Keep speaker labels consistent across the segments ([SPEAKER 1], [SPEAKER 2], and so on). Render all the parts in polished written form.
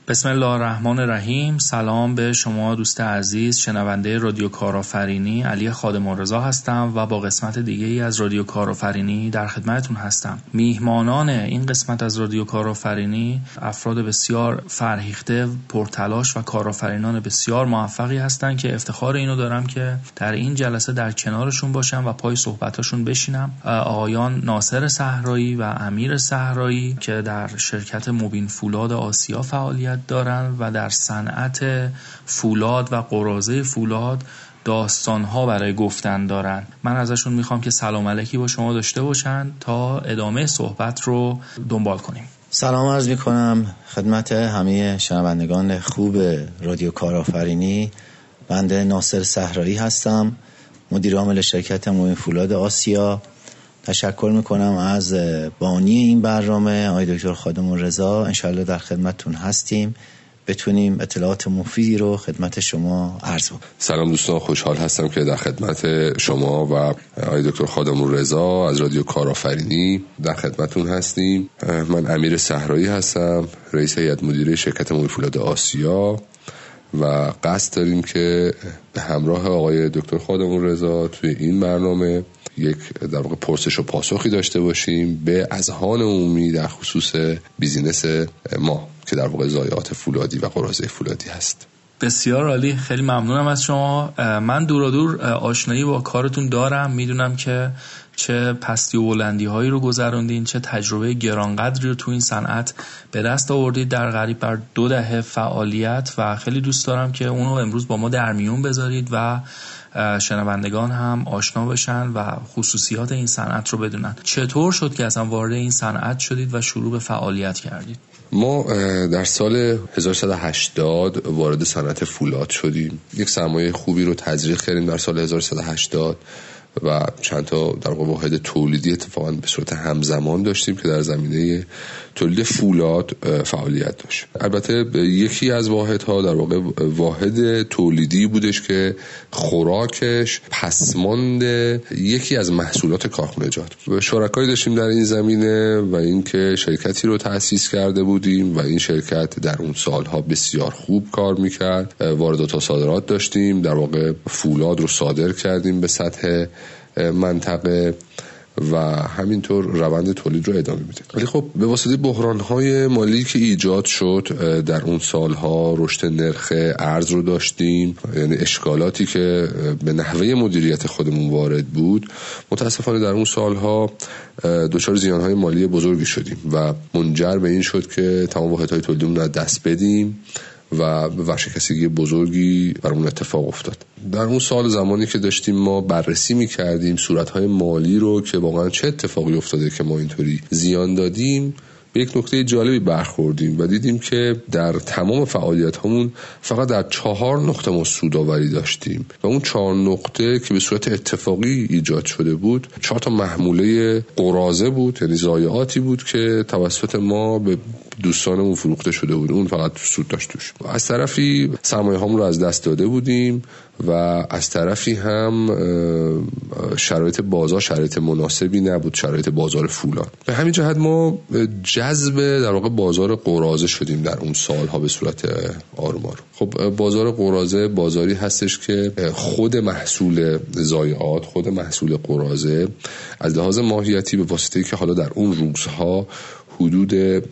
[SPEAKER 1] بسم الله الرحمن الرحیم. سلام به شما دوست عزیز شنونده رادیو کارآفرینی. علی خادم‌الرضا هستم و با قسمت دیگه‌ای از رادیو کارآفرینی در خدمتتون هستم. میهمانان این قسمت از رادیو کارآفرینی افراد بسیار فرهیخته، پرتلاش و کارآفرینان بسیار موفقی هستند که افتخار اینو دارم که در این جلسه در کنارشون باشم و پای صحبتاشون بشینم. آقایان ناصر صحرایی و امیر صحرایی که در شرکت موبین فولاد آسیا فعالیت دارن و در صنعت فولاد و قراضه فولاد داستان‌ها برای گفتن دارن. من ازشون میخوام که سلام علیکی با شما داشته باشن تا ادامه صحبت رو دنبال کنیم.
[SPEAKER 2] سلام عرض میکنم خدمت همه شنوندگان خوب رادیو کارآفرینی. بنده ناصر صحرایی هستم، مدیر عامل شرکت موبین فولاد آسیا. تشکر میکنم از بانی این برنامه آقای دکتر خادم‌الرضا. انشالله در خدمتتون هستیم، بتونیم اطلاعات مفیدی رو خدمت شما عرض کنیم.
[SPEAKER 3] سلام دوستان، خوشحال هستم که در خدمت شما و آقای دکتر خادم‌الرضا از رادیو کارآفرینی در خدمتتون هستیم. من امیر صحرایی هستم، رئیس هیئت مدیره شرکت موبین فولاد آسیا و قصد داریم که به همراه آقای دکتر خادم‌الرضا توی این برنامه یک در واقع پرسش و پاسخی داشته باشیم به اذهان عمومی در خصوص بیزینس ما که در واقع ضایعات فولادی و قراضه فولادی هست.
[SPEAKER 1] بسیار عالی، خیلی ممنونم از شما. من دور و دور آشنایی با کارتون دارم، میدونم که چه پستی و بلندی هایی رو گذروندین، چه تجربه گرانقدری رو تو این صنعت به دست آوردید در قریب بر 2 دهه فعالیت و خیلی دوست دارم که اونو امروز با ما در میون بذارید و شنوندگان هم آشنا بشن و خصوصیات این صنعت رو بدونن. چطور شد که اصلا وارد این صنعت شدید و شروع به فعالیت کردید؟
[SPEAKER 3] ما در سال 1180 وارد صنعت فولاد شدیم. یک سرمایه خوبی رو تزریق کردیم در سال 1180 و چند تا در واقع واحد تولیدی اتفاقا به صورت همزمان داشتیم که در زمینه تولید فولاد فعالیت داشت. البته یکی از واحدها در واقع واحد تولیدی بودش که خوراکش پسماند یکی از محصولات کارخانجات. شرکایی داشتیم در این زمینه و اینکه شرکتی رو تأسیس کرده بودیم و این شرکت در اون سالها بسیار خوب کار میکرد. واردات و صادرات داشتیم، در واقع فولاد رو صادر کردیم به سطح منطقه و همینطور روند تولید رو ادامه میده. ولی خب به واسطه بحران‌های مالی که ایجاد شد در اون سالها رشد نرخ ارز رو داشتیم، یعنی اشکالاتی که به نحوه مدیریت خودمون وارد بود، متاسفانه در اون سالها دچار زیان‌های مالی بزرگی شدیم و منجر به این شد که تمام واحدهای تولیدمون رو دست بدیم و ورشکستگی بزرگی برامون اتفاق افتاد. در اون سال زمانی که داشتیم ما بررسی می‌کردیم صورت‌های مالی رو که واقعا چه اتفاقی افتاده که ما اینطوری زیان دادیم، به یک نکته جالبی برخوردیم و دیدیم که در تمام فعالیت‌هامون فقط در 4 نقطه ما سودآوری داشتیم و اون 4 نقطه که به صورت اتفاقی ایجاد شده بود 4 تا محموله قراضه بود، یعنی ضایعاتی بود که توسط ما به دوستانمون فروخته شده بود. اون فقط سود داشت توش. از طرفی سرمایه هامون رو از دست داده بودیم و از طرفی هم شرایط بازار شرایط مناسبی نبود، شرایط بازار فولاد. به همین جهت ما جذب در واقع بازار قراضه شدیم در اون سالها به صورت آروم آروم. خب بازار قراضه بازاری هستش که خود محصول ضایعات، خود محصول قراضه از لحاظ ماهیتی به واسطه‌ای که حالا در اون روزها حدود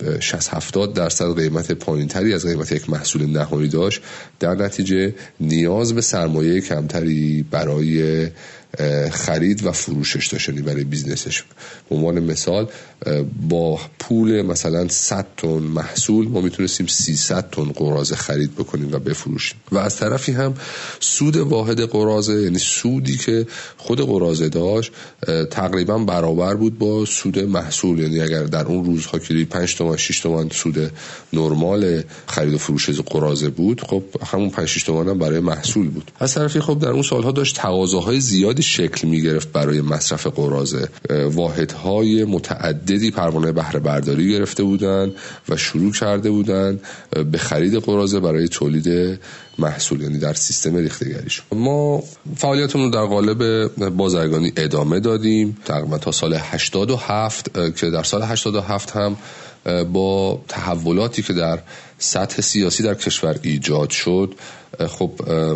[SPEAKER 3] 60-70% قیمت پایینتری از قیمت یک محصول نهایی داشت، در نتیجه نیاز به سرمایه کمتری برای خرید و فروشش داشت، یعنی برای بیزنسش. به عنوان مثال با پول مثلا 100 تن محصول ما میتونستیم 300 تن قراضه خرید بکنیم و بفروشیم و از طرفی هم سود واحد قراضه، یعنی سودی که خود قراضه داشت، تقریبا برابر بود با سود محصول. یعنی اگر در اون روزها که 5 تومن 6 تومن سود نرمال خرید و فروش قراضه بود، خب همون 5-6 تومن هم برای محصول بود. از طرفی خب در اون سالها داشت تقاضاهای زیادی شکل میگرفت برای مصرف قراضه. واحدهای متعددی پروانه بهره برداری گرفته بودن و شروع کرده بودن به خرید قراضه برای تولید محصول، یعنی در سیستم ریخته‌گریش. ما فعالیتمون رو در قالب بازرگانی ادامه دادیم تقریبا تا سال 87 که در سال 87 هم با تحولاتی که در سطح سیاسی در کشور ایجاد شد، خب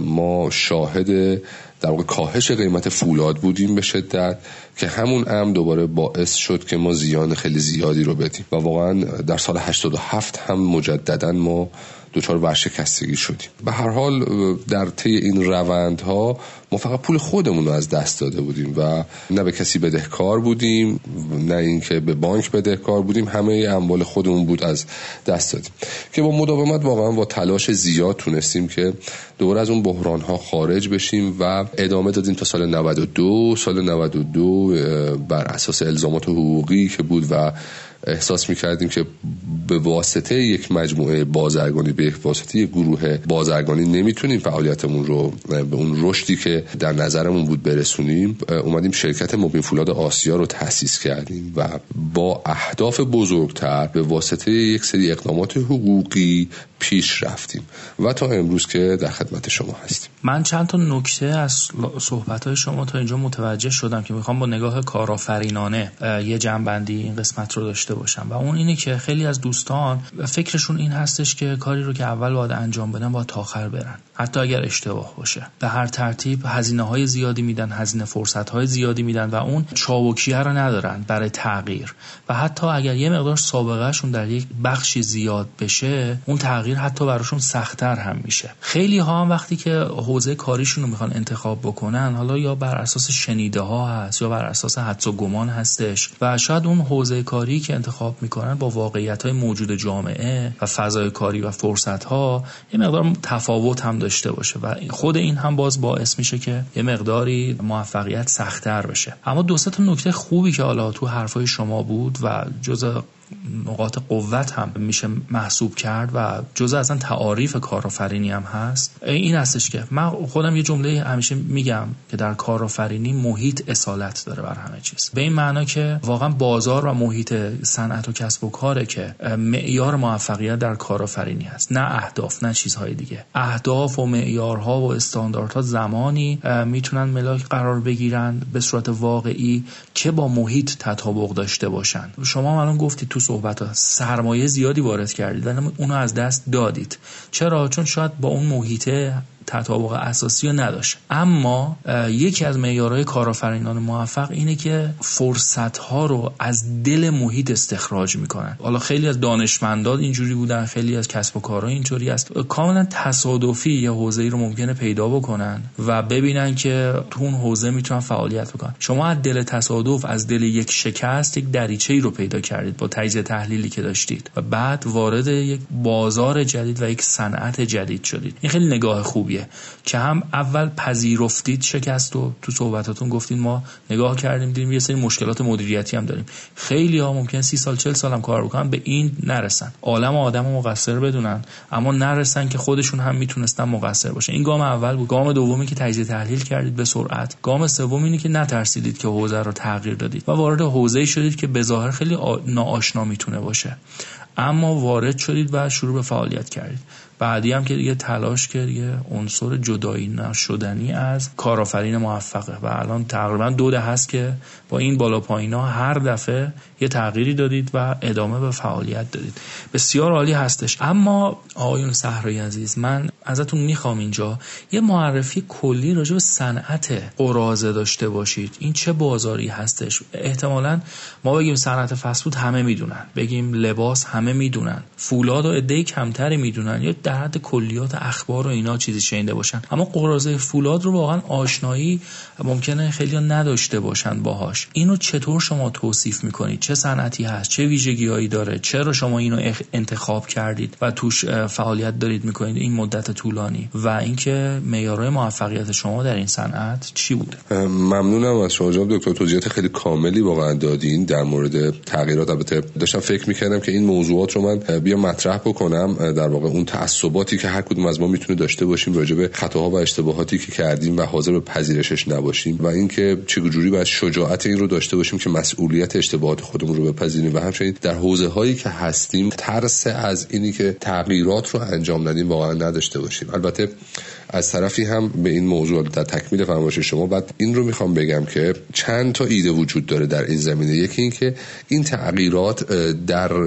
[SPEAKER 3] ما شاهد در واقع کاهش قیمت فولاد بودیم به شدت که همون امر دوباره باعث شد که ما زیان خیلی زیادی رو بدیم و واقعا در سال 87 هم مجددا ما دچار ورشکستگی شدیم. به هر حال در طی این روندها ما فقط پول خودمون رو از دست داده بودیم و نه به کسی بدهکار بودیم نه اینکه به بانک بدهکار بودیم، همه اموال خودمون بود از دست دادیم که با مداومت واقعا با تلاش زیاد تونستیم که دوباره از اون بحران‌ها خارج بشیم و ادامه دادیم تا سال 92. سال 92 بر اساس الزامات حقوقی که بود و احساس می‌کردیم که به واسطه یک مجموعه بازرگانی، به واسطه یک گروه بازرگانی نمیتونیم فعالیتمون رو به اون رشدی که در نظرمون بود برسونیم، اومدیم شرکت مبین فولاد آسیا رو تأسیس کردیم و با اهداف بزرگتر به واسطه یک سری اقدامات حقوقی پیش رفتیم و تا امروز که در خدمت شما هستیم.
[SPEAKER 1] من چند تا نکته از صحبت‌های شما تا اینجا متوجه شدم که میخوام با نگاه کارآفرینانه یه جنبندی این قسمت رو داشته باشم و اون اینه که خیلی از دوستان فکرشون این هستش که کاری رو که اول باید انجام بدن باید تا آخر برن، حتی اگر اشتباه باشه. به هر ترتیب هزینه‌های زیادی میدن، هزینه فرصت‌های زیادی میدن و اون چابکیه رو ندارن برای تغییر و حتی اگر یه مقدار سابقه‌شون در یک بخشی زیاد بشه، اون تغییر حتی براشون سخت‌تر هم میشه. خیلی ها هم وقتی که حوزه کاریشون رو میخوان انتخاب بکنن، حالا یا بر اساس شنیده ها هست یا بر اساس حدس و گمان هستش و شاید اون حوزه کاری که انتخاب میکنن با واقعیت‌های موجود جامعه و فضای کاری و فرصت‌ها یه مقدار تفاوت هم داشته باشه و خود این هم باز باعث میشه که یه مقداری موفقیت سخت‌تر بشه. اما دو سه تا نکته خوبی که حالا تو حرفای شما بود و جزء نقاط قوت هم میشه محسوب کرد و جزء اصلا تعاریف کارآفرینی هم هست، این هستش که من خودم یه جمله همیشه میگم که در کارآفرینی محیط اصالت داره بر همه چیز، به این معنا که واقعا بازار و محیط صنعت و کسب و کاره که معیار موفقیت در کارآفرینی هست، نه اهداف، نه چیزهای دیگه. اهداف و معیارها و استانداردها زمانی میتونن ملاک قرار بگیرن به صورت واقعی که با محیط تطابق داشته باشن. شما الان گفتید تو صحبت‌ها سرمایه زیادی وارد کردید ولی اونو از دست دادید. چرا؟ چون شاید با اون محیط تطابق اساسی رو نداشت. اما یکی از معیارهای کارآفرینان موفق اینه که فرصت‌ها رو از دل محیط استخراج میکنن. حالا خیلی از دانشمندان اینجوری بودن، خیلی از کسب و کارها اینجوری است. کاملا تصادفی یه حوزه‌ای رو ممکنه پیدا بکنن و ببینن که تو اون حوزه میتونن فعالیت بکنن. شما از دل تصادف، از دل یک شکست، یک دریچه‌ای رو پیدا کردید با تجزیه تحلیلی که داشتید و بعد وارد یک بازار جدید و یک صنعت جدید شدید. این خیلی نگاه خوبیه که هم اول پذیرفتید شکست و تو صحبتاتون گفتین ما نگاه کردیم دیدیم یه سری مشکلات مدیریتی هم داریم. خیلی ها ممکن 30 سال 40 سال هم کار بکنن به این نرسن، عالم و آدم مقصر بدونن اما نرسن که خودشون هم میتونستن مقصر باشن. این گام اول بود. گام دومی که تجزیه تحلیل کردید به سرعت. گام سوم اینه که نترسیدید که حوزه رو تغییر دادید و وارد حوزه‌ای شدید که به ظاهر خیلی ناآشنا میتونه باشه، اما وارد شدید و شروع به فعالیت کردید. بعدی هم که دیگه تلاش که دیگه عنصر جدایی نشدنی از کارآفرین موفقه و الان تقریبا 2 دهه هست که با این بالا پایینا هر دفعه یه تغییری دادید و ادامه به فعالیت دادید. بسیار عالی هستش. اما آقایون صحرایی عزیز، من ازتون میخوام اینجا یه معرفی کلی راجع به صنعت قراضه داشته باشید. این چه بازاری هستش؟ احتمالاً ما بگیم صنعت فست فود همه میدونن، بگیم لباس همه میدونن، فولاد و عده‌ای کمتری میدونن یا در حد کلیات اخبار و اینا چیزی شنیده باشن. اما قراضه فولاد رو واقعا آشنایی ممکنه خیلی‌ها نداشته باشن باهاش. اینو چطور شما توصیف میکنید؟ چه صنعتی هست؟ چه ویژگی‌هایی داره؟ چرا شما اینو انتخاب کردید و توش فعالیت دارید میکنید این مدت طولانی؟ و اینکه معیارهای موفقیت شما در این صنعت چی بوده؟
[SPEAKER 3] ممنونم از شما جناب دکتر، توضیحات خیلی کاملی واقعا دادین در مورد تغییرات. البته داشتم فکر میکردم که این موضوعات رو من بیام مطرح بکنم، در واقع اون تعصباتی که هر کدوم از ما میتونه داشته باشیم راجع به خطاها و اشتباهاتی که کردیم و حاضر به پذیرشش نباشیم و اینکه چجوری باید شجاعت این رو داشته باشیم که مسئولیت اشتباهات خودمون رو بپذیریم و همچنین در حوزه‌هایی که هستیم ترس از اینی که تغییرات رو انجام ندیم واقعا نداشته باشیم. البته از طرفی هم به این موضوع در تکمیل فرمایش شما بعد این رو میخوام بگم که چند تا ایده وجود داره در این زمینه. یکی این که این تغییرات در 4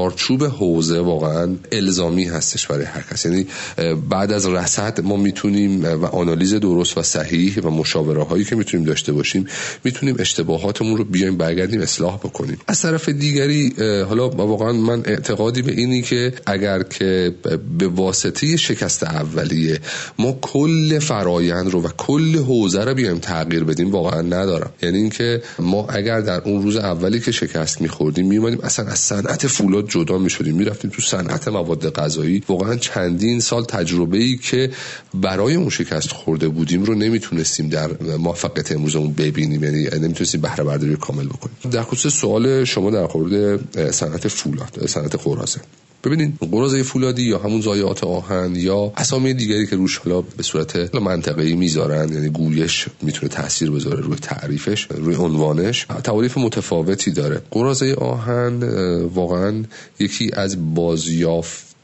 [SPEAKER 3] چارچوب حوزه واقعا الزامی هستش برای هر کس. یعنی بعد از رصد ما میتونیم و آنالیز درست و صحیح و مشاوره هایی که میتونیم داشته باشیم میتونیم اشتباهاتمون رو بیایم برگردیم اصلاح بکنیم. از طرف دیگری حالا واقعا من اعتقادی به اینی که اگر که به واسطه شکست اولیه ما کل فرایند رو و کل حوزه رو بیایم تغییر بدیم واقعا ندارم. یعنی اینکه ما اگر در اون روز اولی که شکست می‌خوردیم میومدیم اصلا از صنعت فولاد جدا می‌شدیم میرفتیم تو صنعت مواد غذایی، واقعا چندین سال تجربه‌ای که برای اون شکست خورده بودیم رو نمیتونستیم در موفقیت امروزمون ببینیم، یعنی نمیتونستیم بهره برداری کامل بکنیم. در خصوص سوال شما در مورد صنعت فولاد، صنعت قراضه، ببینید قراضه فولادی یا همون ضایعات آهن یا اسامی دیگری که روش حالا به صورت منطقه‌ای میذارن، یعنی گویش میتونه تاثیر بذاره روی تعریفش، روی عنوانش، تعریف متفاوتی داره. قراضه آهن واقعا یکی از بازیافت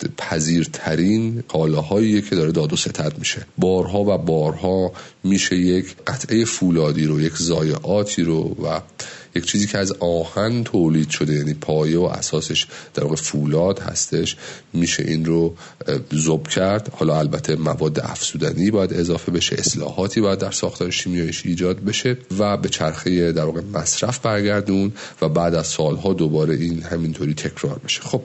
[SPEAKER 3] پذیرترین کالاهایی که داره داد و ستد میشه. بارها و بارها میشه یک قطعه فولادی رو، یک ضایعاتی رو و یک چیزی که از آهن تولید شده، یعنی پایه و اساسش در واقع فولاد هستش، میشه این رو ذوب کرد. حالا البته مواد افزودنی باید اضافه بشه، اصلاحاتی باید در ساختار شیمیاییش ایجاد بشه و به چرخه در واقع مصرف برگردون و بعد از سالها دوباره این همینطوری تکرار بشه. خب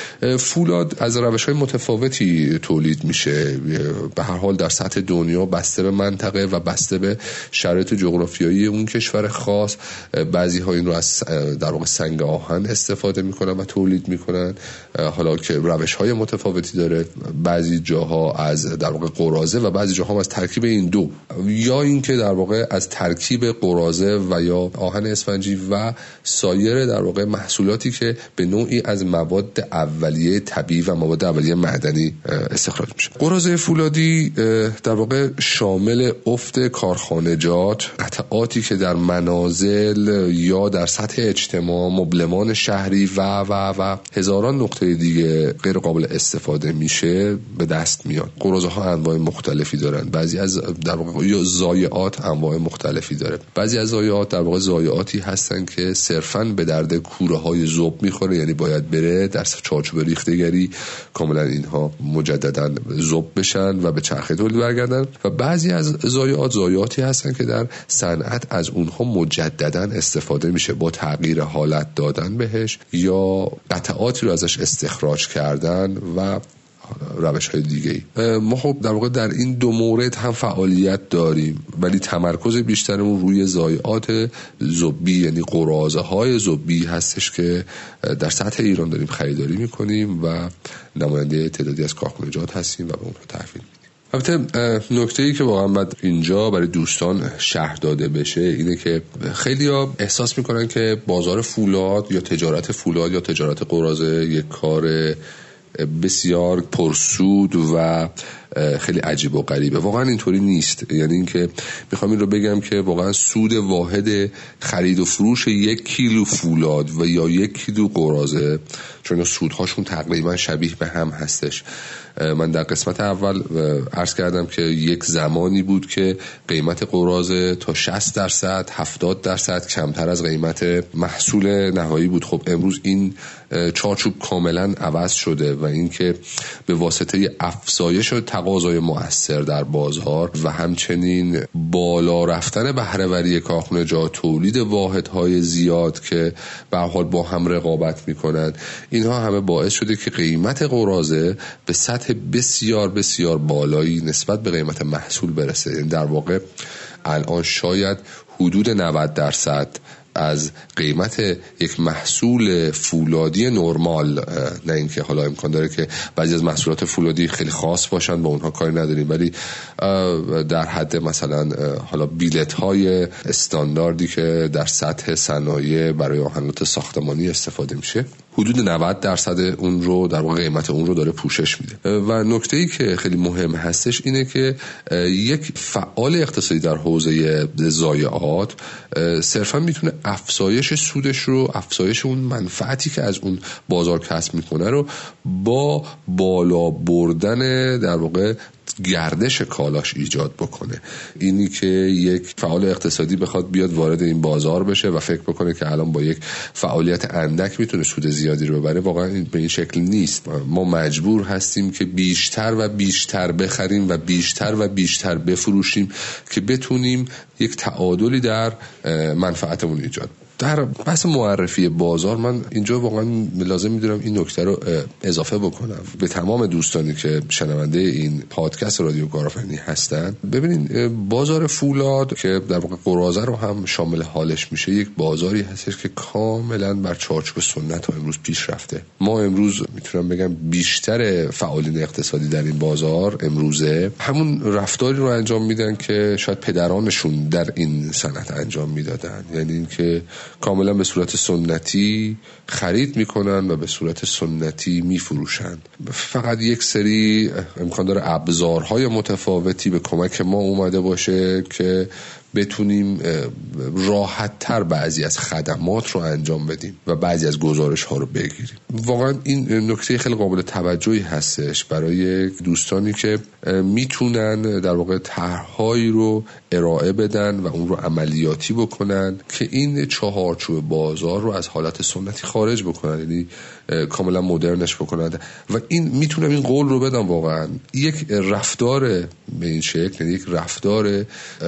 [SPEAKER 3] فولاد از روش‌های متفاوتی تولید میشه، به هر حال در سطح دنیا بسته به منطقه و بسته به شرایط جغرافیایی اون کشور خاص. بعضی ها این رو از در واقع سنگ آهن استفاده میکنن و تولید میکنن، حالا که روش های متفاوتی داره. بعضی جاها از در واقع قراضه و بعضی جاها از ترکیب این دو، یا اینکه در واقع از ترکیب قراضه و یا آهن اسفنجی و سایر در واقع محصولاتی که به نوعی از مواد اولیه طبیعی و مواد اولیه معدنی استخراج میشه. قراضه فولادی در واقع شامل افت کارخانجات، قطعاتی که در منازل یا در سطح اجتماع، مبلمان شهری و هزاران نقطه دیگه غیر قابل استفاده میشه به دست میاد. قراضه ها انواع مختلفی دارن. بعضی از در واقع ضایعات انواع مختلفی داره. بعضی از ضایعات در واقع ضایعاتی هستن که صرفاً به درد کوره های ذوب میخوره، یعنی باید بره در چارچوب ریختگری کاملا اینها مجددا ذوب بشن و به چرخه تولید برگردن. و بعضی از ضایعاتی هستن که در صنعت از اونها مجددا استفاده میشه با تغییر حالت دادن بهش یا قطعاتی رو ازش استخراج کردن و روش های دیگه. ما خب در واقع در این دو مورد هم فعالیت داریم، ولی تمرکز بیشترمون روی ضایعات ذوبی، یعنی قراضه های ذوبی هستش که در سطح ایران داریم خریداری میکنیم و نماینده تعدادی از کارخانجات هستیم و به اونها تحویل میدیم. البته نکته‌ای که واقعا باید اینجا برای دوستان شرح داده بشه اینه که خیلی‌ها احساس میکنن که بازار فولاد یا تجارت فولاد یا تجارت قراضه یک کار بسیار پرسود و خیلی عجیب و غریبه. واقعا اینطوری نیست. یعنی اینکه میخوام این رو بگم که واقعا سود واحد خرید و فروش 1 کیلو فولاد و یا 1 کیلو قراضه، چون سودهاشون تقریبا شبیه به هم هستش. من در قسمت اول عرض کردم که یک زمانی بود که قیمت قراضه تا 60% 70% کمتر از قیمت محصول نهایی بود. خب امروز این چارچوب کاملا عوض شده و اینکه به واسطه افزایش تقاضای مؤثر در بازار و همچنین بالا رفتن بهره‌وری کارخانجات، تولید واحدهای زیاد که به هر حال با هم رقابت میکنن، اینها همه باعث شده که قیمت قراضه به سطح بسیار بسیار بالایی نسبت به قیمت محصول برسه. یعنی در واقع الان شاید حدود 90% از قیمت یک محصول فولادی نرمال، نه اینکه حالا امکان داره که بعضی از محصولات فولادی خیلی خاص باشن با اونها کاری نداریم، ولی در حد مثلا حالا بیلت های استانداردی که در سطح صنایع برای آهنات ساختمانی استفاده میشه، حدود 90% اون رو در واقع قیمت اون رو داره پوشش میده. و نکته‌ای که خیلی مهم هستش اینه که یک فعال اقتصادی در حوزه ضایعات صرفا میتونه افزایش سودش رو، افزایش اون منفعتی که از اون بازار کسب میکنه رو با بالا بردن در واقع گردش کالاش ایجاد بکنه. اینی که یک فعال اقتصادی بخواد بیاد وارد این بازار بشه و فکر بکنه که الان با یک فعالیت اندک میتونه سود زیادی رو ببره، واقعا به این شکل نیست. ما مجبور هستیم که بیشتر و بیشتر بخریم و بیشتر و بیشتر بفروشیم که بتونیم یک تعادلی در منفعتمون ایجاد. در بحث معرفی بازار من اینجا واقعا لازم میدونم این نکته رو اضافه بکنم به تمام دوستانی که شنونده این پادکست رادیو کارآفرینی هستن. ببینین بازار فولاد که در واقع قراضه رو هم شامل حالش میشه، یک بازاری هستش که کاملا بر چارچوب سنت ها امروز پیش رفته. ما امروز میتونم بگم بیشتر فعالین اقتصادی در این بازار امروزه همون رفتاری رو انجام میدن که شاید پدرانشون در این صنعت انجام میدادن، یعنی اینکه کاملا به صورت سنتی خرید میکنن و به صورت سنتی میفروشن. فقط یک سری امکان داره ابزارهای متفاوتی به کمک ما اومده باشه که بتونیم راحت تر بعضی از خدمات رو انجام بدیم و بعضی از گزارش ها رو بگیریم. واقعا این نکته خیلی قابل توجهی هستش برای دوستانی که میتونن در واقع طرح‌هایی رو ارائه بدن و اون رو عملیاتی بکنن که این چهارچوب بازار رو از حالت سنتی خارج بکنن، یعنی کاملا مدرنش بکنن. و این میتونم این قول رو بدم واقعا یک رفتار به این شکل، یعنی یک رفتار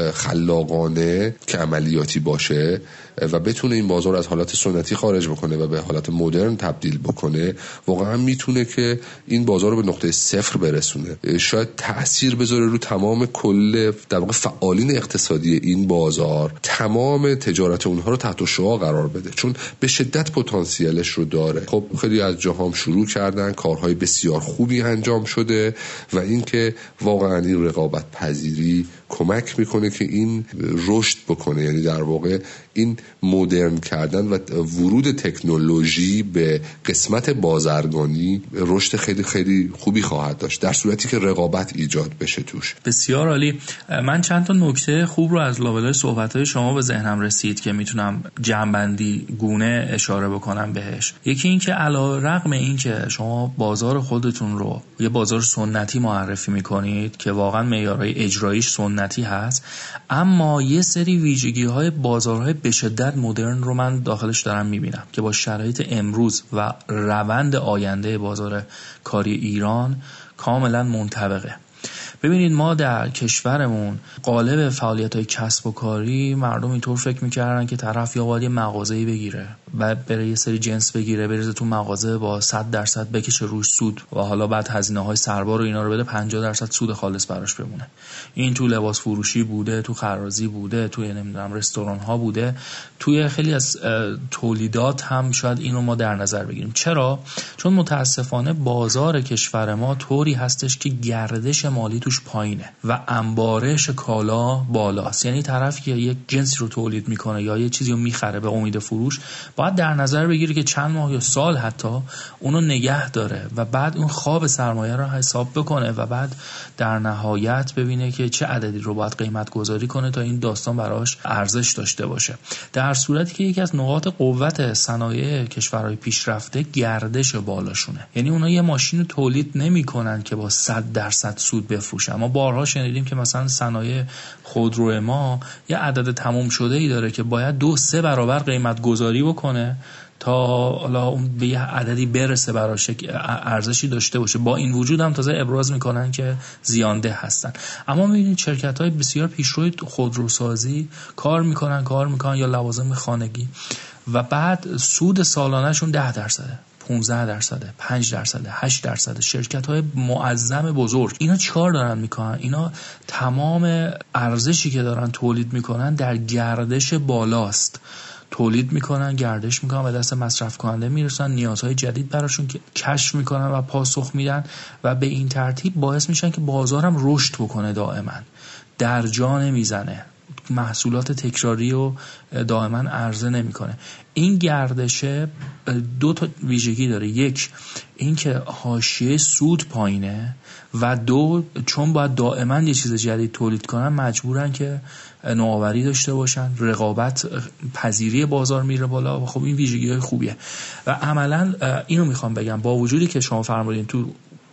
[SPEAKER 3] خلاقانه که عملیاتی باشه و بتونه این بازار از حالت سنتی خارج بکنه و به حالت مدرن تبدیل بکنه، واقعا میتونه که این بازار رو به نقطه صفر برسونه. شاید تأثیر بذاره رو تمام کل در واقع فعالین اقتصادی این بازار، تمام تجارت اونها رو تحت شعاع قرار بده، چون به شدت پتانسیلش رو داره. خب خیلی از جاهام شروع کردن، کارهای بسیار خوبی انجام شده و اینکه واقعا این رقابت پذیری کمک میکنه که این رشد بکنه، یعنی در واقع این مدرن کردن و ورود تکنولوژی به قسمت بازرگانی رشد خیلی خیلی خوبی خواهد داشت در صورتی که رقابت ایجاد بشه توش.
[SPEAKER 1] بسیار عالی. من چند تا نکته خوب رو از لابلای صحبت‌های شما به ذهنم رسید که میتونم جمع‌بندی گونه اشاره بکنم بهش. یکی این که علیرغم این که شما بازار خودتون رو یه بازار سنتی معرفی میکنید که واقعا معیارهای اجراییش سنتی هست، اما یه سری ویژگی‌های بازارهای به شدت مدرن رو من داخلش دارم میبینم که با شرایط امروز و روند آینده بازار کاری ایران کاملا منطبقه. ببینید ما در کشورمون قالب فعالیت‌های کسب و کاری مردم اینطور فکر می‌کردن که طرف یا باید یه مغازه‌ای بگیره و بره یه سری جنس بگیره، بریزه تو مغازه با 100% بکشه روش سود و حالا بعد هزینه‌های سربار و اینا رو بده 50% سود خالص براش بمونه. این تو لباس فروشی بوده، تو خرازی بوده، توی نمیدونم رستوران‌ها بوده، توی خیلی از تولیدات هم شاید اینو ما در نظر بگیریم. چرا؟ چون متاسفانه بازار کشور ما طوری هستش که گردش مالی توش پایینه و انبارش کالا بالاست. یعنی طرفی که یک جنسی رو تولید میکنه یا یه چیزی رو میخره به امید فروش، باید در نظر بگیره که چند ماه یا سال حتی اونو نگه داره و بعد اون خواب سرمایه رو حساب بکنه و بعد در نهایت ببینه که چه عددی رو باید قیمت گذاری کنه تا این داستان براش ارزش داشته باشه. در صورتی که یکی از نقاط قوت صنایع کشورهای پیشرفته گردش بالاشونه، یعنی اونا یه ماشین رو تولید نمیکنن که با 100% سود بفروشه. ما بارها شنیدیم که مثلا صنایع خودرو ما یه عدد تموم شده ای داره که باید 2-3 برابر قیمت گذاری بکنه تا حالا اون به یه عددی برسه براش ارزشی داشته باشه. با این وجود هم تازه ابراز میکنن که زیانده هستن. اما میبینید شرکت‌های بسیار پیشروی خودروسازی کار میکنن یا لوازم خانگی و بعد سود سالانه‌شون 10%، 15%، 5%، 8%. شرکت‌های معظم بزرگ اینا چیکار دارن میکنن؟ اینا تمام ارزشی که دارن تولید میکنن در گردش بالاست. تولید میکنن، گردش میکنن، به دست مصرف کننده میرسن، نیازهای جدید براشون کشف میکنن و پاسخ میدن و به این ترتیب باعث میشن که بازارم رشد بکنه، دائما در جا نمیزنه، محصولات تکراری و دائما عرضه نمیکنه. این گردشه 2 تا ویژگی داره. یک، این که حاشیه سود پایینه و 2، چون باید دائما یه چیز جدید تولید کنن مجبورن که نوآوری داشته باشن، رقابت پذیری بازار میره بالا و خب این ویژگی‌های خوبیه. و عملا اینو میخوام بگم، با وجودی که شما فرمودین تو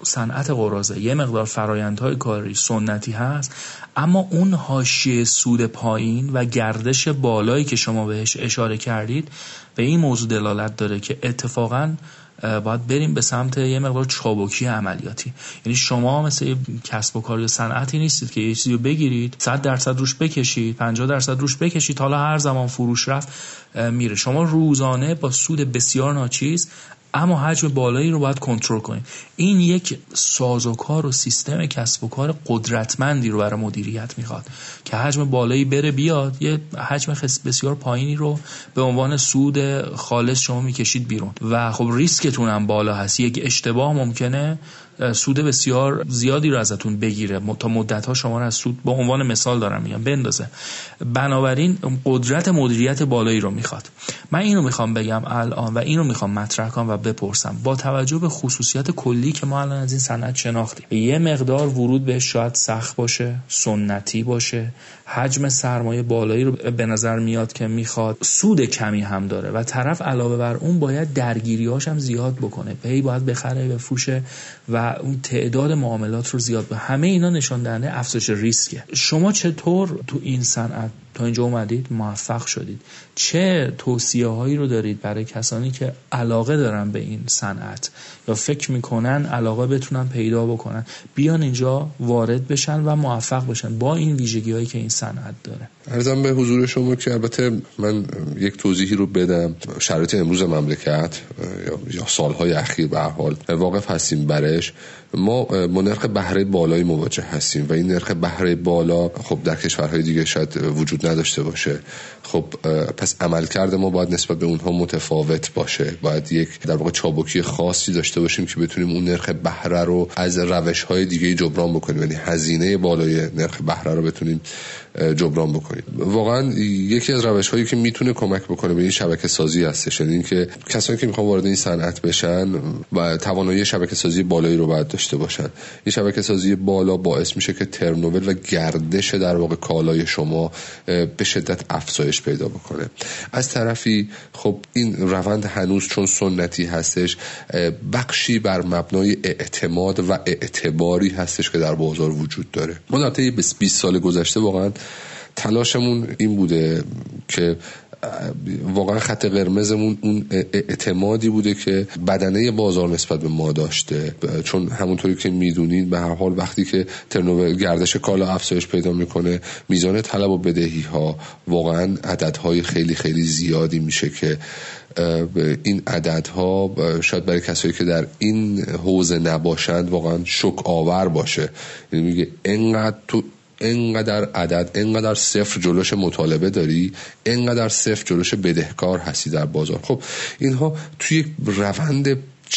[SPEAKER 1] صنعت قراضه یه مقدار فرآیندهای کاری سنتی هست، اما اون حاشیه سود پایین و گردش بالایی که شما بهش اشاره کردید به این موضوع دلالت داره که اتفاقاً باید بریم به سمت یه مقدار چابکی عملیاتی. یعنی شما مثل کسب و کار یا صنعتی نیستید که یه چیزی رو بگیرید 100% روش بکشید، 50% روش بکشید، حالا هر زمان فروش رفت میره. شما روزانه با سود بسیار ناچیز اما حجم بالایی رو باید کنترل کنید. این یک سازوکار و سیستم کسب و کار قدرتمندی رو برای مدیریت میخواد که حجم بالایی بره بیاد، یه حجم بسیار پایینی رو به عنوان سود خالص شما میکشید بیرون و خب ریسکتون هم بالا هست. یک اشتباه ممکنه سود بسیار زیادی رو ازتون بگیره، تا مدت‌ها شما رو از سود به عنوان مثال دارم میگم بندازه. بنابراین قدرت مدیریت بالایی رو میخواد. من اینو میخوام بگم الان و اینو میخوام مطرح کنم و بپرسم، با توجه به خصوصیات کلی که ما الان از این صنعت شناختیم، یه مقدار ورود بهش شاید سخت باشه، سنتی باشه، حجم سرمایه بالایی رو به نظر میاد که میخواد، سود کمی هم داره و طرف علاوه بر اون باید درگیری‌هاش هم زیاد بکنه، هی باید بخره بفروشه و اون تعداد معاملات رو زیاد به همه اینا نشان دهنده افزایش ریسکه. شما چطور تو این صنعت تا اینجا اومدید موفق شدید؟ چه توصیه‌هایی رو دارید برای کسانی که علاقه دارن به این صنعت یا فکر میکنن علاقه بتونن پیدا بکنن بیان اینجا وارد بشن و موفق بشن با این ویژگی‌هایی که این صنعت داره؟
[SPEAKER 3] عرضم به حضور شما که البته من یک توضیحی رو بدم. شرایط امروز مملکت یا سالهای اخیر به هر حال واقف هستیم برش. ما با نرخ بهره بالایی مواجه هستیم و این نرخ بهره بالا خب در کشورهای دیگه شاید وجود نداشته باشه. خب پس عملکرد ما باید نسبت به اونها متفاوت باشه. باید یک در واقع چابکی خاصی داشته باشیم که بتونیم اون نرخ بهره رو از روش‌های دیگه جبران بکنیم، یعنی هزینه بالای نرخ بهره رو بتونیم جبران بکنیم. واقعا یکی از روش‌هایی که میتونه کمک بکنه به این شبکه سازی هستش، یعنی اینکه کسانی که میخوان وارد این صنعت بشن و توانایی شبکه سازی بالایی رو باید داشته باشن. این شبکه سازی بالا باعث میشه که ترنوور و گردش در واقع کالای شما به شدت افزایش پیدا بکنه. از طرفی خب این روند هنوز چون سنتی هستش بخشی بر مبنای اعتماد و اعتباری هستش که در بازار وجود داره. ما در طی 20 سال گذشته واقعا تلاشمون این بوده که واقعا خط قرمزمون اون اعتمادی بوده که بدنه بازار نسبت به ما داشته، چون همونطوری که میدونید به هر حال وقتی که ترنوور گردش کالا افزایش پیدا میکنه میزان طلب و بدهی ها واقعا عددهای خیلی خیلی زیادی میشه که این عددها شاید برای کسایی که در این حوزه نباشند واقعا شوک آور باشه. یعنی میگه انقدر عدد، انقدر صفر جلوش مطالبه داری، انقدر صفر جلوش بدهکار هستی در بازار. خب اینها توی روند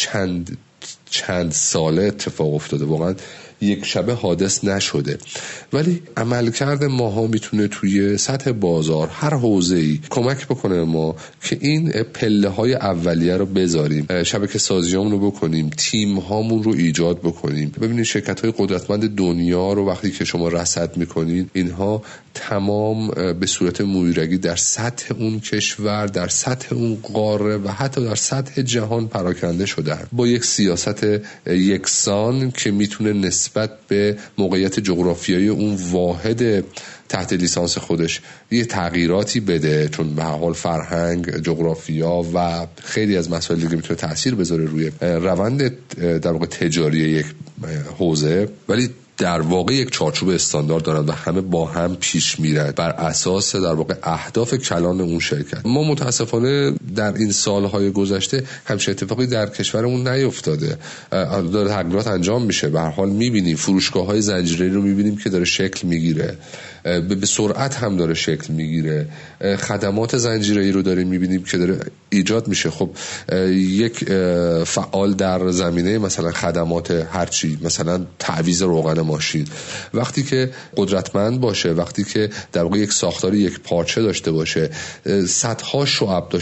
[SPEAKER 3] چند ساله اتفاق افتاده، واقعا یک شبه حادث نشده، ولی عملکرد ماها میتونه توی سطح بازار هر حوزه‌ای کمک بکنه ما که این پله های اولیه رو بذاریم، شبکه سازیامون رو بکنیم، تیم هامون رو ایجاد بکنیم. ببینید شرکت های قدرتمند دنیا رو وقتی که شما رصد میکنید اینها تمام به صورت مویرگی در سطح اون کشور، در سطح اون قاره و حتی در سطح جهان پراکنده شدن با یک سیاست یکسان که میتونه نسبت به موقعیت جغرافیایی اون واحد تحت لیسانس خودش یه تغییراتی بده، چون به هر حال فرهنگ، جغرافیا و خیلی از مسائل دیگه میتونه تأثیر بذاره روی روند در واقع تجاری یک حوزه، ولی در واقع یک چارچوب استاندارد دارن و همه با هم پیش میرن بر اساس در واقع اهداف کلان اون شرکت. ما متاسفانه در این سالهای گذشته همچین اتفاقی در کشورمون نیفتاده. داره تغییرات انجام میشه، به هر حال میبینیم فروشگاه‌های زنجیره‌ای رو میبینیم که داره شکل میگیره، به سرعت هم داره شکل میگیره. خدمات زنجیره‌ای رو داریم میبینیم که داره ایجاد میشه. خب یک فعال در زمینه مثلا خدمات هرچی، مثلا تعویض روغن ماشین، وقتی که قدرتمند باشه، وقتی که در واقع یک ساختاری یک پارچه داشته باشه، صدها شعب داشته باشه،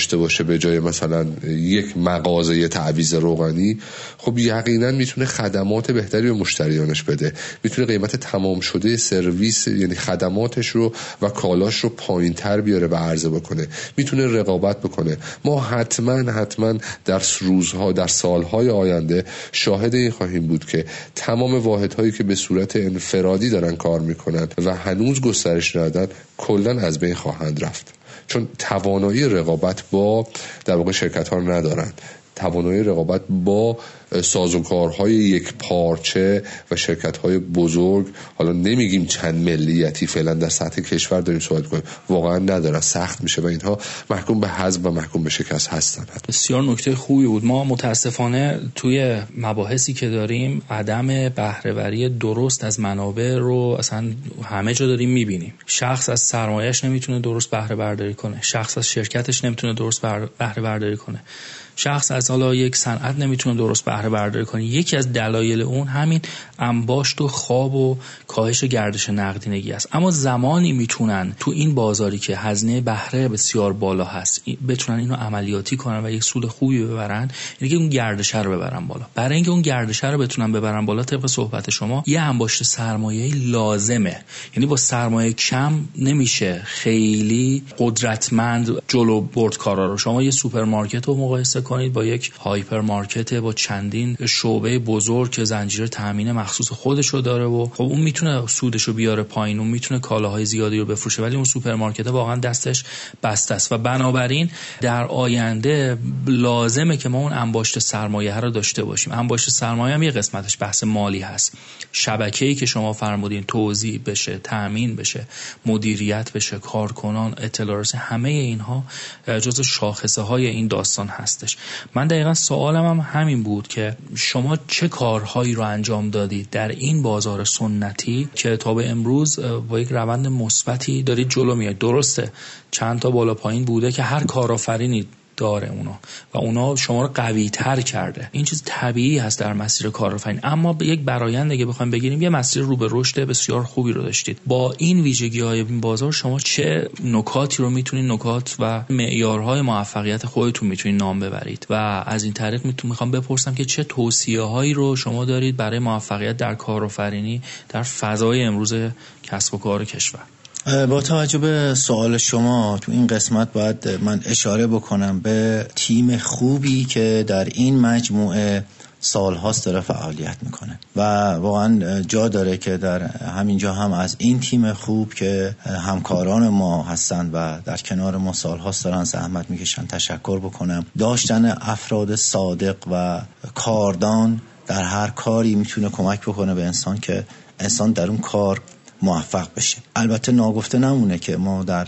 [SPEAKER 3] باشه به جای مثلا یک مغازه تعویض روغنی، خب یقینا میتونه خدمات بهتری به مشتریانش بده، میتونه قیمت تمام شده سرویس یعنی خدماتش رو و کالاش رو پایین‌تر بیاره و عرضه بکنه، میتونه رقابت بکنه. ما حتما در روزها در سالهای آینده شاهد این خواهیم بود که تمام واحدهایی که به صورت انفرادی دارن کار میکنن و هنوز گسترش ندادن کلا از بین خواهند رفت، چون توانایی رقابت با در واقع شرکت ها ندارن، توانایی رقابت با سازوکارهای یک پارچه و شرکت‌های بزرگ، حالا نمیگیم چند ملیتی فعلا در سطح کشور داریم صحبت کنیم، واقعا نداره، سخت میشه و اینها محکوم به حذف و محکوم به شکست هستن.
[SPEAKER 1] بسیار نکته خوبی بود. ما متاسفانه توی مباحثی که داریم عدم بهره‌وری درست از منابع رو اصلا همه جا داریم میبینیم. شخص از سرمایه‌اش نمیتونه درست بهره برداری کنه، شخص از شرکتش نمیتونه درست بهره برداری کنه، شخص از حالا یک صنعت نمیتونه درست بهره برداری کنه. یکی از دلایل اون همین انباشت و خواب و کاهش گردش نقدینگی است. اما زمانی میتونن تو این بازاری که هزینه بهره بسیار بالا هست بتونن اینو عملیاتی کنن و یک سود خوبی ببرن، یعنی که اون گردش رو ببرن بالا. برای اینکه اون گردش رو بتونن ببرن بالا، طبق صحبت شما یه انباشت سرمایه‌ای لازمه. یعنی با سرمایه کم نمیشه خیلی قدرتمند جلو برد کارا رو. شما یه سوپرمارکت رو مقایسه کنید با یک هایپرمارکت با چندین شعبه بزرگ که زنجیره تامین مخصوص خودشو داره و خب اون میتونه سودشو بیاره پایین، اون میتونه کالاهای زیادی رو بفروشه، ولی اون سوپرمارکت واقعا دستش بسته است و بنابراین در آینده لازمه که ما اون انباشت سرمایه رو داشته باشیم. انباشت سرمایه هم یه قسمتش بحث مالی هست. شبکه‌ای که شما فرمودین توزیع بشه، تامین بشه، مدیریت بشه، کارکنان، اطلاعات، همه اینها جزو شاخصه‌های این داستان هستش. من دقیقاً سوالم هم همین بود که شما چه کارهایی رو انجام دادید در این بازار سنتی که تا به امروز با یک روند مثبتی دارید جلو میاد؟ درسته چند تا بالا پایین بوده که هر کارآفرینی داره و اونا شما رو قوی تر کرده. این چیز طبیعی هست در مسیر کارآفرینی، اما به یک برآیند دیگه بخوایم بگیریم یه مسیر رو به رشد بسیار خوبی رو داشتید. با این ویژگی‌های این بازار شما چه نکاتی رو میتونید، نکات و معیارهای موفقیت خودتون میتونید نام ببرید و از این طریق میخوام بپرسم که چه توصیه‌هایی رو شما دارید برای موفقیت در کارآفرینی در فضای امروز کسب و کار کشور؟
[SPEAKER 2] با توجه به سوال شما تو این قسمت باید من اشاره بکنم به تیم خوبی که در این مجموعه سال‌هاست داره فعالیت میکنه و واقعا جا داره که در همینجا هم از این تیم خوب که همکاران ما هستند و در کنار ما سال‌هاست دارن زحمت میکشن تشکر بکنم. داشتن افراد صادق و کاردان در هر کاری میتونه کمک بکنه به انسان که انسان در اون کار موفق بشه. البته ناگفته نمونه که ما در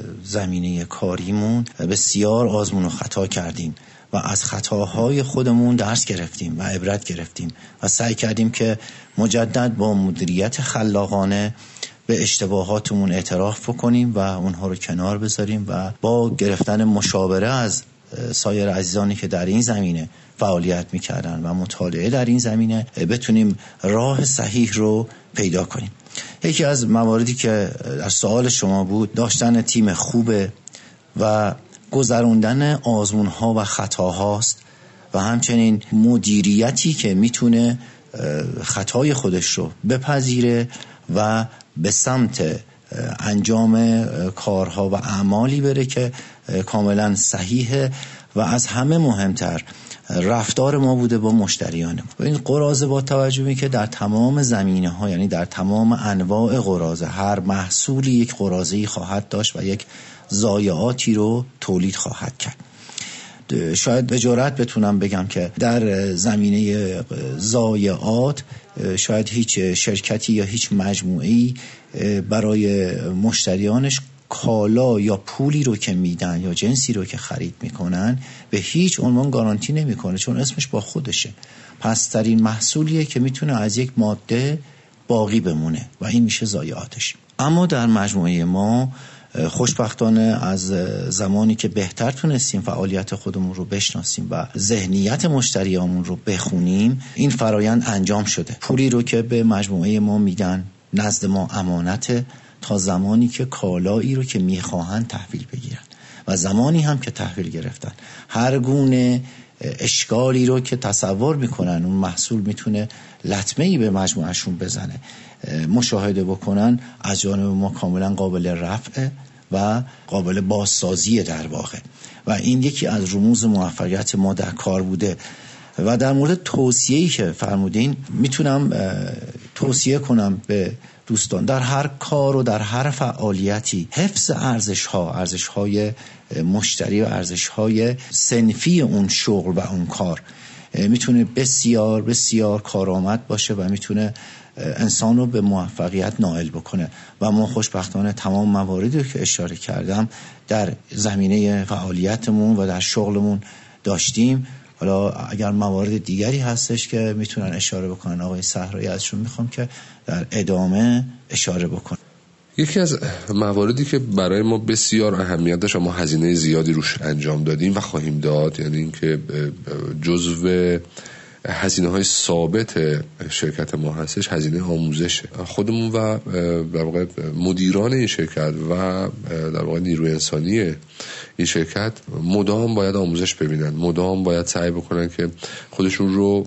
[SPEAKER 2] زمینه کاریمون بسیار آزمون و خطا کردیم و از خطاهای خودمون درس گرفتیم و عبرت گرفتیم و سعی کردیم که مجدد با مدیریت خلاقانه به اشتباهاتمون اعتراف بکنیم و اونها رو کنار بذاریم و با گرفتن مشاوره از سایر عزیزانی که در این زمینه فعالیت میکردن و مطالعه در این زمینه بتونیم راه صحیح رو پیدا کنیم. یکی از مواردی که در سوال شما بود داشتن تیم خوبه و گذروندن آزمون‌ها و خطاهاست و همچنین مدیریتی که میتونه خطای خودش رو بپذیره و به سمت انجام کارها و اعمالی بره که کاملا صحیحه و از همه مهمتر رفتار ما بوده با مشتریانمون. و این قراضه با توجه به که در تمام زمینه‌ها، یعنی در تمام انواع قراضه، هر محصولی یک قراضه‌ای خواهد داشت و یک ضایعاتی رو تولید خواهد کرد. شاید به جرئت بتونم بگم که در زمینه ضایعات شاید هیچ شرکتی یا هیچ مجموعه‌ای برای مشتریانش کالا یا پولی رو که میدن یا جنسی رو که خرید میکنن به هیچ عنوان گارانتی نمیکنه، چون اسمش با خودشه. پسترین محصولیه که میتونه از یک ماده باقی بمونه و این میشه ضایعاتش. اما در مجموعه ما خوشبختانه از زمانی که بهتر تونستیم فعالیت خودمون رو بشناسیم و ذهنیت مشتریامون رو بخونیم، این فرایند انجام شده. پولی رو که به مجموعه ما میدن نزد ما امانته تا زمانی که کالایی رو که میخواهن تحویل بگیرن و زمانی هم که تحویل گرفتن هر گونه اشکالی رو که تصور میکنن اون محصول میتونه لطمه‌ای به مجموعهشون بزنه مشاهده بکنن، از جانب ما کاملا قابل رفعه و قابل بازسازی در واقع. و این یکی از رموز موفقیت ما در کار بوده. و در مورد توصیه‌ای که فرمودین میتونم توصیه کنم به دوستان در هر کار و در هر فعالیتی حفظ ارزش‌های مشتری و ارزش‌های صنفی اون شغل و اون کار میتونه بسیار بسیار کارآمد باشه و میتونه انسان رو به موفقیت نائل بکنه. و ما خوشبختانه تمام مواردی که اشاره کردم در زمینه فعالیتمون و در شغلمون داشتیم. حالا اگر موارد دیگری هستش که میتونن اشاره بکنن آقای صحرایی، ازشون میخوام که در ادامه اشاره بکنن.
[SPEAKER 3] یکی از مواردی که برای ما بسیار اهمیت داشت، ما هزینه زیادی روش انجام دادیم و خواهیم داد، یعنی اینکه جزو هزینه‌های ثابت شرکت ما هستش هزینه آموزشه. خودمون و در واقع مدیران این شرکت و در واقع نیروی انسانی این شرکت مدام باید آموزش ببینن، مدام باید سعی بکنن که خودشون رو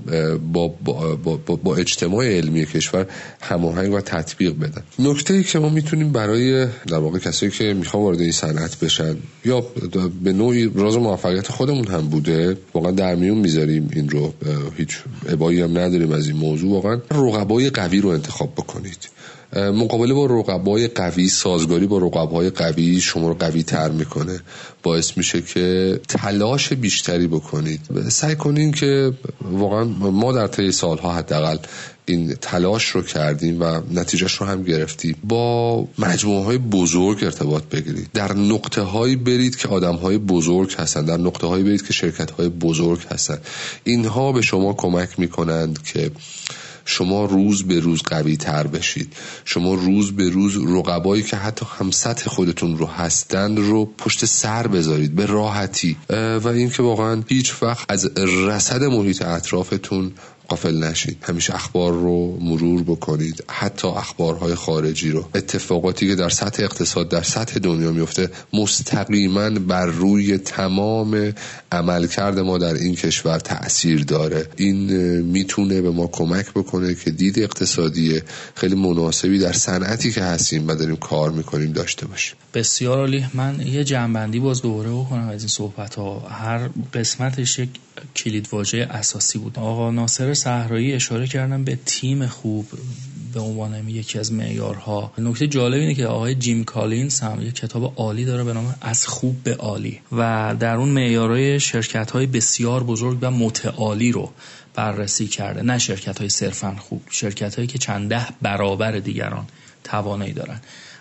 [SPEAKER 3] با اجتماع علمی کشور هماهنگ و تطبیق بدن. نکته‌ای که ما میتونیم برای در واقع کسایی که میخوان وارد این صنعت بشن یا به نوعی راز موفقیت خودمون هم بوده، واقعا در میون میذاریم این رو، هیچ ابایی هم نداریم از این موضوع، واقعا رقبای قوی رو انتخاب بکنید. مقابله با رقبای قوی، سازگاری با رقبای قوی شما رو قوی تر میکنه، باعث میشه که تلاش بیشتری بکنید. سعی کنین که واقعا ما در طی سالها حداقل این تلاش رو کردیم و نتیجهش رو هم گرفتیم. با مجموعه های بزرگ ارتباط بگیرید، در نقطه هایی برید که آدم های بزرگ هستن، در نقطه هایی برید که شرکت های بزرگ هستن. اینها به شما کمک میکنند که شما روز به روز قوی تر بشید، شما روز به روز رقبایی که حتی هم سطح خودتون رو هستند رو پشت سر بذارید به راحتی. و این که واقعا هیچ وقت از رصد محیط اطرافتون غافل نشید، همیشه اخبار رو مرور بکنید، حتی اخبارهای خارجی رو. اتفاقاتی که در سطح اقتصاد در سطح دنیا میفته مستقیما بر روی تمام عملکرد ما در این کشور تأثیر داره. این میتونه به ما کمک بکنه که دید اقتصادی خیلی مناسبی در صنعتی که هستیم و داریم کار میکنیم داشته باشیم.
[SPEAKER 1] بسیار عالی. من یه جنبندی باز دوباره بکنم از این صحبت ها. هر قسمتش یک کلیدواژه اساسی بود. آقا ناصر صحرایی اشاره کردن به تیم خوب به عنوان یکی از معیارها. نکته جالب اینه که آقای جیم کالینز هم یک کتاب عالی داره به نام از خوب به عالی و در اون معیارهای شرکت‌های بسیار بزرگ و متعالی رو بررسی کرده. نه شرکت‌های صرفاً خوب، شرکت‌هایی که چند ده برابر دیگران توانایی دارن.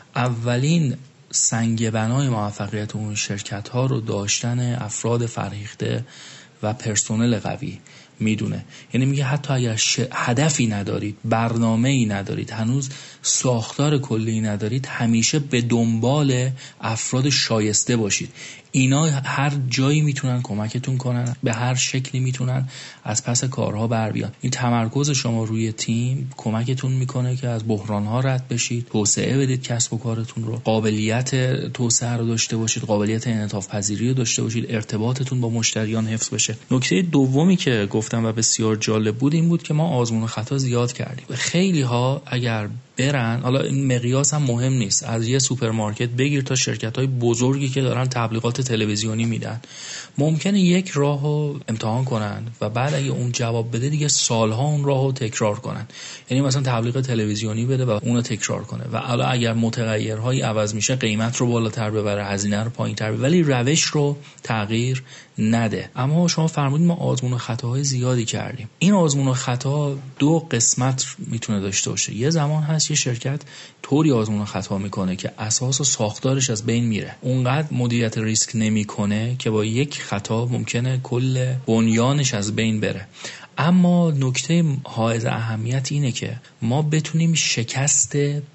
[SPEAKER 1] اولین سنگ بنای موفقیت اون شرکت‌ها رو داشتن افراد فرهیخته و پرسنل قوی میدونه. یعنی میگه حتی اگر هدفی ندارید، برنامه‌ای ندارید، هنوز ساختار کلی ندارید، همیشه به دنبال افراد شایسته باشید. اینا هر جایی میتونن کمکتون کنن، به هر شکلی میتونن از پس کارها بر بیان. این تمرکز شما روی تیم کمکتون میکنه که از بحرانها رد بشید، توسعه بدید کسب و کارتون رو، قابلیت توسعه رو داشته باشید، قابلیت انعطاف پذیری رو داشته باشید، ارتباطتون با مشتریان حفظ بشه. نکته دومی که گفتم و بسیار جالب بود این بود که ما آزمون و خطا زیاد کردیم. خیلی ها اگر برن، حالا این مقیاس هم مهم نیست، از یه سوپرمارکت بگیر تا شرکت‌های بزرگی که دارن تبلیغات تلویزیونی میدن، ممکنه یک راهو امتحان کنن و بعد اگه اون جواب بده دیگه سالها اون راهو تکرار کنن. یعنی مثلا تبلیغ تلویزیونی بده و اونو تکرار کنه و حالا اگر متغیرهای عوض میشه قیمت رو بالاتر ببره، هزینه رو پایین‌تر ببره، ولی روش رو تغییر نده. اما شما فرمودید ما آزمون و خطاهای زیادی کردیم. این آزمون و خطا دو قسمت میتونه داشته باشه. یه زمان هست یه شرکت طوری آزمون و خطا میکنه که اساس و ساختارش از بین میره، اونقدر مدیریت ریسک نمیکنه که با یک خطا ممکنه کل بنیانش از بین بره. اما نکته حائز اهمیت اینه که ما بتونیم شکست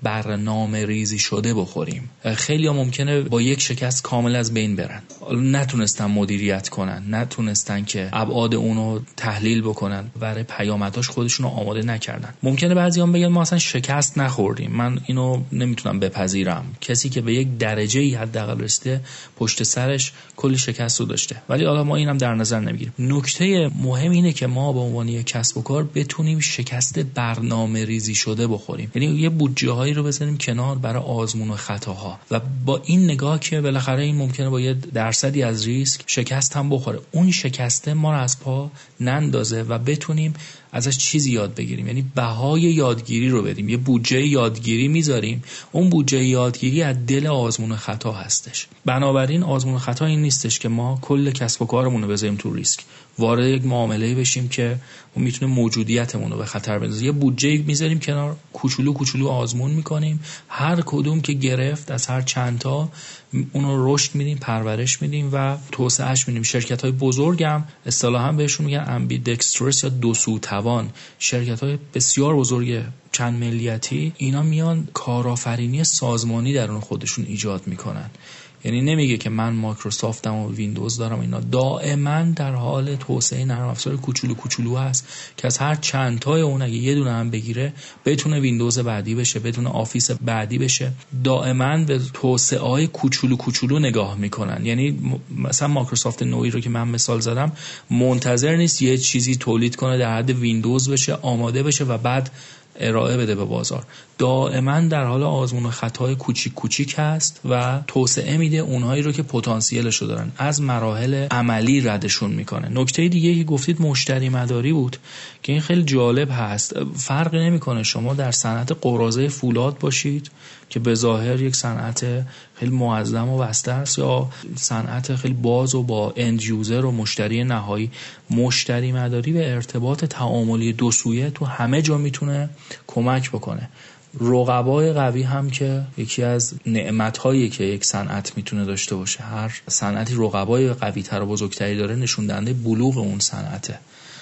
[SPEAKER 1] برنامه ریزی شده بخوریم. خیلی ها ممکنه با یک شکست کامل از بین برن، نتونستن مدیریت کنن، نتونستن که ابعاد اونو تحلیل بکنن، برای پیامداش خودشونو آماده نکردن. ممکنه بعضیان بگن ما اصلا شکست نخوردیم، من اینو نمیتونم بپذیرم. کسی که به یک درجه‌ای حداقل رسیده پشت سرش کلی شکست رو داشته، ولی حالا ما اینم در نظر نمیگیریم. نکته مهم اینه که ما به عنوان یک کسب و کار بتونیم شکست برنامه ریزی شده بخوریم، یعنی یه بودجه هایی رو بذاریم کنار برای آزمون و خطاها و با این نگاه که بالاخره این ممکنه با یه درصدی از ریسک شکست هم بخوره، اون شکسته ما رو از پا نندازه و بتونیم ازش چیزی یاد بگیریم، یعنی بهای یادگیری رو بدیم. یه بودجه یادگیری میذاریم، اون بودجه یادگیری از دل آزمون و خطا هستش. بنابراین آزمون و خطا این نیستش که ما کل کسب و کارمون رو بذاریم تو ریسک، وارد یک معامله‌ای بشیم که میتونه موجودیتمون رو به خطر بندازه. یه بودجه میذاریم کنار، کوچولو کوچولو آزمون میکنیم، هر کدوم که گرفت از هر چند تا اونو رشد میدیم، پرورش میدیم و توسعهش میدیم. شرکت‌های بزرگم اصطلاحاً بهشون میگن امبیدکسترس یا دو سو توان. شرکت‌های بسیار بزرگ چند ملیتی اینا میان کارآفرینی سازمانی درون خودشون ایجاد میکنن. یعنی نمیگه که من مایکروسافتم و ویندوز دارم، اینا دائما در حال توسعه نرم افزار کوچولو کوچولو هست که از هر چند تای اون اگه یه دونه هم بگیره بتونه ویندوز بعدی بشه، بتونه آفیس بعدی بشه. دائما به توسعه‌های کوچولو کوچولو نگاه میکنن. یعنی مثلا مایکروسافت نوعی رو که من مثال زدم منتظر نیست یه چیزی تولید کنه در حد ویندوز بشه، آماده بشه و بعد ارائه بده به بازار. دائما در حال آزمون و خطای کوچیک کوچیک هست و توسعه میده اونهایی رو که پتانسیلش رو دارن، از مراحل عملی ردشون میکنه. نکته دیگه که گفتید مشتری مداری بود که این خیلی جالب هست. فرقی نمیکنه شما در صنعت قراضه فولاد باشید که به ظاهر یک صنعت خیلی معظم و بسته است، یا صنعت خیلی باز و با اند یوزر و مشتری نهایی. مشتری مداری به ارتباط تعاملی دو سویه تو همه جا میتونه کمک بکنه. رقبای قوی هم که یکی از نعمت‌هایی که یک صنعت میتونه داشته باشه. هر صنعتی رقبای قوی‌تر و بزرگتری داره، نشون دهنده بلوغ اون صنعته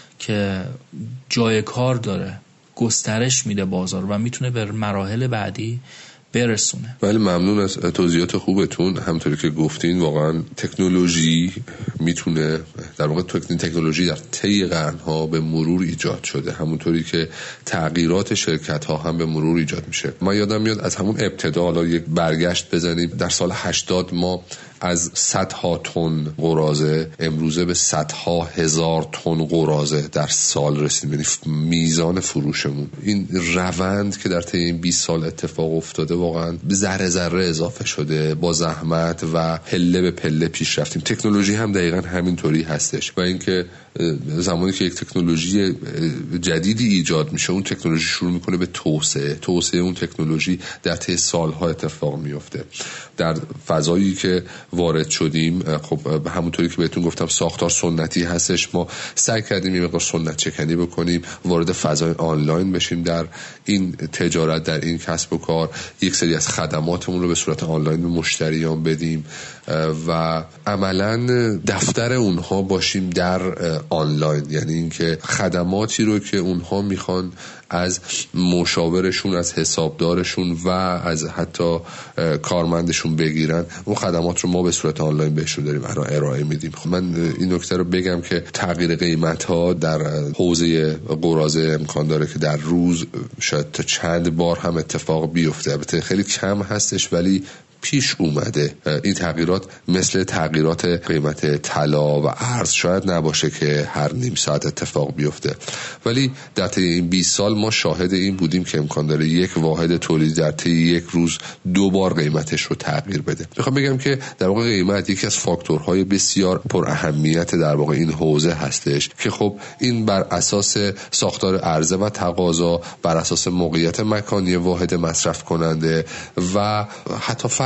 [SPEAKER 1] که جای کار داره، گسترش میده بازار و میتونه به مراحل بعدی برسونه.
[SPEAKER 3] بله، ممنون از توضیحات خوبتون. همونطوری که گفتین واقعا تکنولوژی میتونه در واقع تکنولوژی در طی قرن‌ها به مرور ایجاد شده، همونطوری که تغییرات شرکت‌ها هم به مرور ایجاد میشه. من یادم میاد از همون ابتدا، حالا یک برگشت بزنیم، در سال 80 ما از صدها تن قراضه امروزه به صدها هزار تن قراضه در سال رسیدیم. یعنی میزان فروشمون، این روند که در طی این 20 سال اتفاق افتاده واقعا ذره ذره اضافه شده، با زحمت و پله به پله پیش رفتیم. تکنولوژی هم دقیقاً همینطوری هستش و اینکه زمانی که یک تکنولوژی جدیدی ایجاد میشه، اون تکنولوژی شروع میکنه به توسعه اون تکنولوژی در طی سالها اتفاق میفته. در فضایی که وارد شدیم، خب همونطوری که بهتون گفتم ساختار سنتی هستش، ما سعی کردیم یه مقدار سنت چکنی بکنیم، وارد فضای آنلاین بشیم در این تجارت، در این کسب و کار. یک سری از خدماتمون رو به صورت آنلاین به مشتریان بدیم و عملاً دفتر اونها باشیم در آنلاین. یعنی اینکه خدماتی رو که اونها میخوان از مشاورشون، از حسابدارشون و از حتی کارمندشون بگیرن، اون خدمات رو ما به صورت آنلاین بهشون داریم ارائه میدیم. خب من این نکته رو بگم که تغییر قیمت ها در حوزه قراضه امکان داره که در روز شاید تا چند بار هم اتفاق بیفته. البته خیلی کم هستش ولی پیش اومده. این تغییرات مثل تغییرات قیمت طلا و ارز شاید نباشه که هر نیم ساعت اتفاق بیفته، ولی در طی این 20 سال ما شاهد این بودیم که امکان داره یک واحد تولیدی در طی یک روز 2 بار قیمتش رو تغییر بده. میخوام بگم که در واقع قیمت یکی از فاکتورهای بسیار پر اهمیت در واقع این حوزه هستش که خب این بر اساس ساختار عرضه و تقاضا، بر اساس موقعیت مکانی واحد مصرف کننده و حتی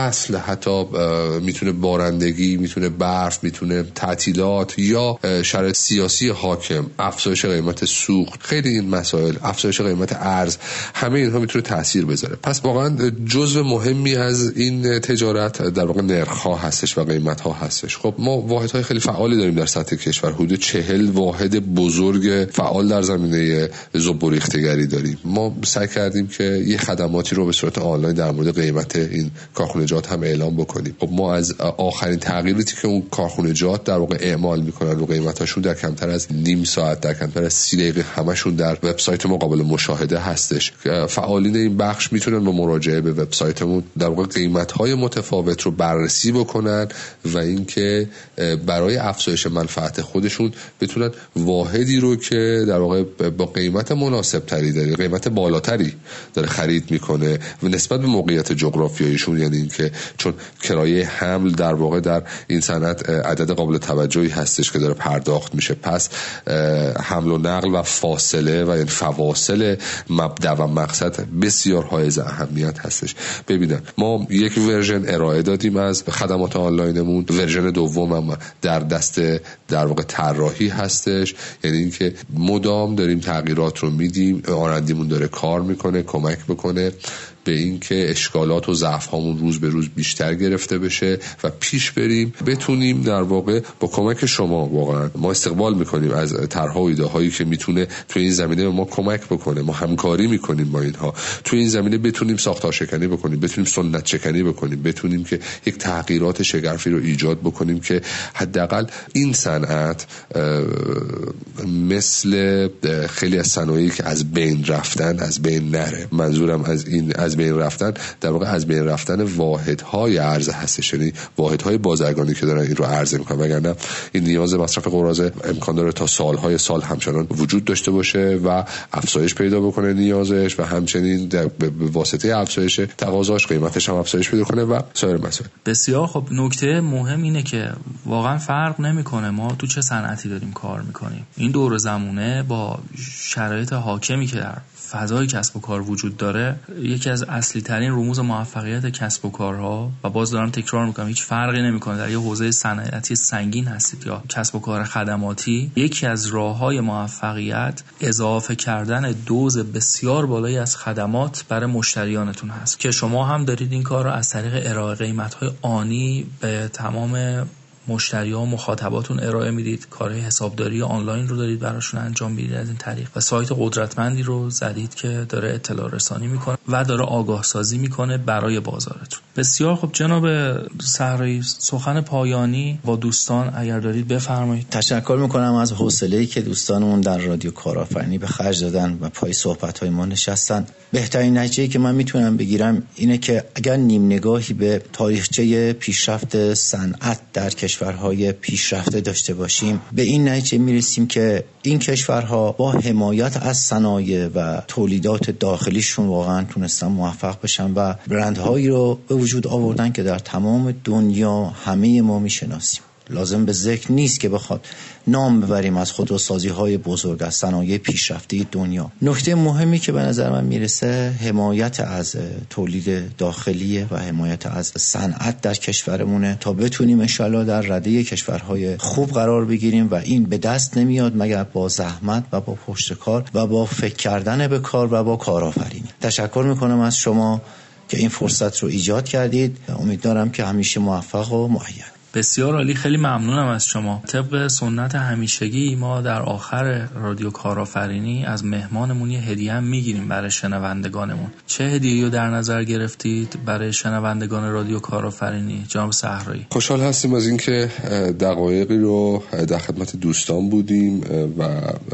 [SPEAKER 3] فصل، حتی میتونه بارندگی، میتونه برف، میتونه تعطیلات یا شرایط سیاسی حاکم، افزایش قیمت سوخت، خیلی این مسائل، افزایش قیمت ارز، همه اینها میتونه تاثیر بذاره. پس واقعا جزء مهمی از این تجارت در واقع نرخ‌ها هستش و قیمت‌ها هستش. خب ما واحدهای خیلی فعالی داریم در سطح کشور، حدود 40 واحد بزرگ فعال در زمینه ذوب و ریختگری داریم. ما سعی کردیم که یه خدماتی رو به صورت آنلاین در مورد قیمت این کارخونجات هم اعلام بکنیم. خب ما از آخرین تغییراتی که اون کارخونجات در واقع اعمال میکنن رو قیمتاشون در کمتر از نیم ساعت، در کمتر از 30 دقیقه همشون در وبسایت ما قابل مشاهده هستش. فعالین این بخش میتونن با مراجعه به وبسایتمون در واقع قیمت‌های متفاوت رو بررسی بکنن و اینکه برای افزایش منفعت خودشون بتونن واحدی رو که در واقع با قیمت مناسب تری داره، قیمت بالاتری داره خرید میکنه و نسبت به موقعیت جغرافیاییشون، یعنی اینکه چون کرایه حمل در واقع در این صنعت عدد قابل توجهی هستش که داره پرداخت میشه، پس حمل و نقل و فاصله و یعنی فواصل مبدا و مقصد بسیار حائز اهمیت هستش. ببینن ما یک ورژن ارائه دادیم از خدمات آنلاینمون، ورژن دوم هم در دست در واقع طراحی هستش، یعنی اینکه مدام داریم تغییرات رو میدیم، آرندیمون داره کار میکنه، کمک بکنه به این که اشکالات و ضعف هامون روز به روز بیشتر گرفته بشه و پیش بریم، بتونیم در واقع با کمک شما، واقعا ما استقبال میکنیم از طرح‌ها و ایده هایی که میتونه تو این زمینه به ما کمک بکنه. ما همکاری میکنیم با اینها تو این زمینه، بتونیم ساختار شکنی بکنیم، بتونیم سنت شکنی بکنیم، بتونیم که یک تغییرات شگرفی رو ایجاد بکنیم که حداقل این صنعت مثل خیلی از صنایعی که از بین رفتن از بین نره. منظورم از بین رفتن در واقع از بین رفتن واحدهای عرضه هستش، یعنی واحدهای بازرگانی که دارن این رو عرضه میکنن، وگرنه این نیاز مصرف قراضه امکان داره تا سالهای سال همچنان وجود داشته باشه و افزایش پیدا بکنه نیازش و همچنین به واسطه افزایش تقاضاش قیمتش هم افزایش پیدا کنه و سایر مسائل.
[SPEAKER 1] بسیار خب. نکته مهم اینه که واقعا فرق نمیکنه ما تو چه صنعتی داریم کار میکنیم. این دور زمونه با شرایط حاکمی که در فضای کسب و کار وجود داره، یکی از اصلی ترین رموز موفقیت کسب و کارها، و باز دارم تکرار میکنم، هیچ فرقی نمیکنه در یه حوزه صنعتی سنگین هستید یا کسب و کار خدماتی، یکی از راههای موفقیت اضافه کردن دوز بسیار بالایی از خدمات برای مشتریانتون هست که شما هم دارید این کار رو از طریق ارائه قیمت‌های آنی به تمام مشتری‌ها و مخاطباتون ارائه میدید. کارهای حسابداری آنلاین رو دارید براشون انجام میدید از این طریق و سایت قدرتمندی رو زدید که داره اطلاع رسانی میکنه و داره آگاه سازی میکنه برای بازارتون. بسیار خب جناب صحرایی، سخن پایانی با دوستان اگر دارید بفرمایید.
[SPEAKER 2] تشکر میکنم از حوصله‌ای که دوستانمون در رادیو کارآفرینی به خرج دادن و پای صحبت‌های ما نشستن. بهترین نتیجه‌ای که من میتونم بگیرم اینه که اگر نیم نگاهی به تاریخچه پیشرفت صنعت در کشورهای پیشرفته داشته باشیم، به این نتیجه میرسیم که این کشورها با حمایت از صنایع و تولیدات داخلیشون واقعا تونستن موفق بشن و برندهایی رو به وجود آوردن که در تمام دنیا همه ما میشناسیم. لازم به ذکر نیست که بخواد نام ببریم از خودروسازی‌های بزرگ از صنایع پیشرفته دنیا. نکته مهمی که به نظر من میرسه حمایت از تولید داخلی و حمایت از صنعت در کشورمونه تا بتونیم انشالله در رده کشورهای خوب قرار بگیریم و این به دست نمیاد مگر با زحمت و با پشتکار و با فکر کردن به کار و با کارآفرینی. تشکر میکنم از شما که این فرصت رو ایجاد کردید. امیدوارم که همیشه موفق و معین.
[SPEAKER 1] بسیار عالی، خیلی ممنونم از شما. طبق سنت همیشگی ما در آخر رادیو کارآفرینی از مهمانمون یه هدیه هم میگیریم برای شنوندگانمون. چه هدیه‌ای رو در نظر گرفتید برای شنوندگان رادیو کارآفرینی جناب صحرایی؟
[SPEAKER 3] خوشحال هستیم از اینکه دقایقی رو در خدمت دوستان بودیم و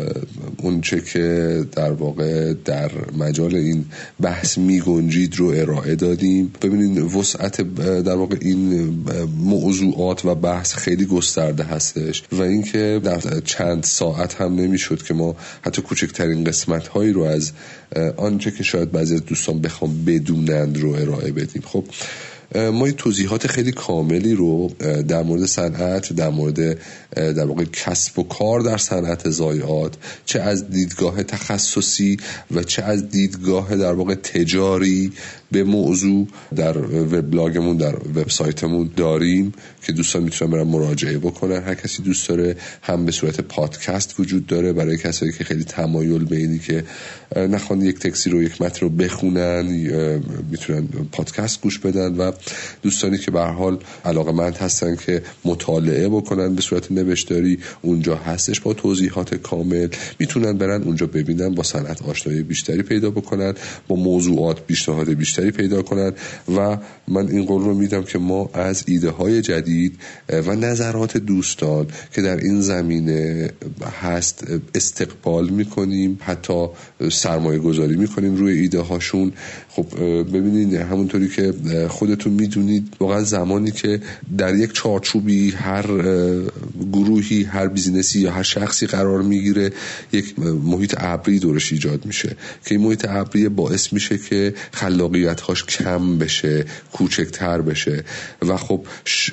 [SPEAKER 3] اون چه که در واقع در مجال این بحث میگنجید رو ارائه دادیم. ببینید وسعت در واقع این موضوعات و بحث خیلی گسترده هستش و اینکه در چند ساعت هم نمیشد که ما حتی کوچکترین قسمت هایی رو از آنچه که شاید بعضی از دوستان بخوام بدونند رو ارائه بدیم. خب ما توضیحات خیلی کاملی رو در مورد صنعت، در مورد در واقع کسب و کار در صنعت ضایعات، چه از دیدگاه تخصصی و چه از دیدگاه در واقع تجاری به موضوع در وبلاگمون، در وبسایتمون داریم که دوستان میتونن برن مراجعه بکنن. هر کسی دوست داره هم به صورت پادکست وجود داره برای کسایی که خیلی تمایل به اینی که نخوان یک تکسی رو، یک متن رو بخونن، میتونن پادکست گوش بدن، و دوستانی که به هر حال علاقه‌مند هستن که مطالعه بکنن به صورت نوشتاری، اونجا هستش با توضیحات کامل، میتونن برن اونجا ببینن، با صنعت آشنایی بیشتری پیدا بکنن، با موضوعات پیشنهاد بیشتری پیدا کنن. و من این قول رو میدم که ما از ایده های جدید و نظرات دوستان که در این زمینه هست استقبال میکنیم، حتی سرمایه گذاری میکنیم روی ایده هاشون. خب ببینید همونطوری که خودتون میدونید، واقعا زمانی که در یک چارچوبی هر گروهی، هر بیزینسی یا هر شخصی قرار میگیره، یک محیط ابری دورش ایجاد میشه که این محیط ابری باعث میشه که خلاقیت‌هاش کم بشه، کوچکتر بشه، و خب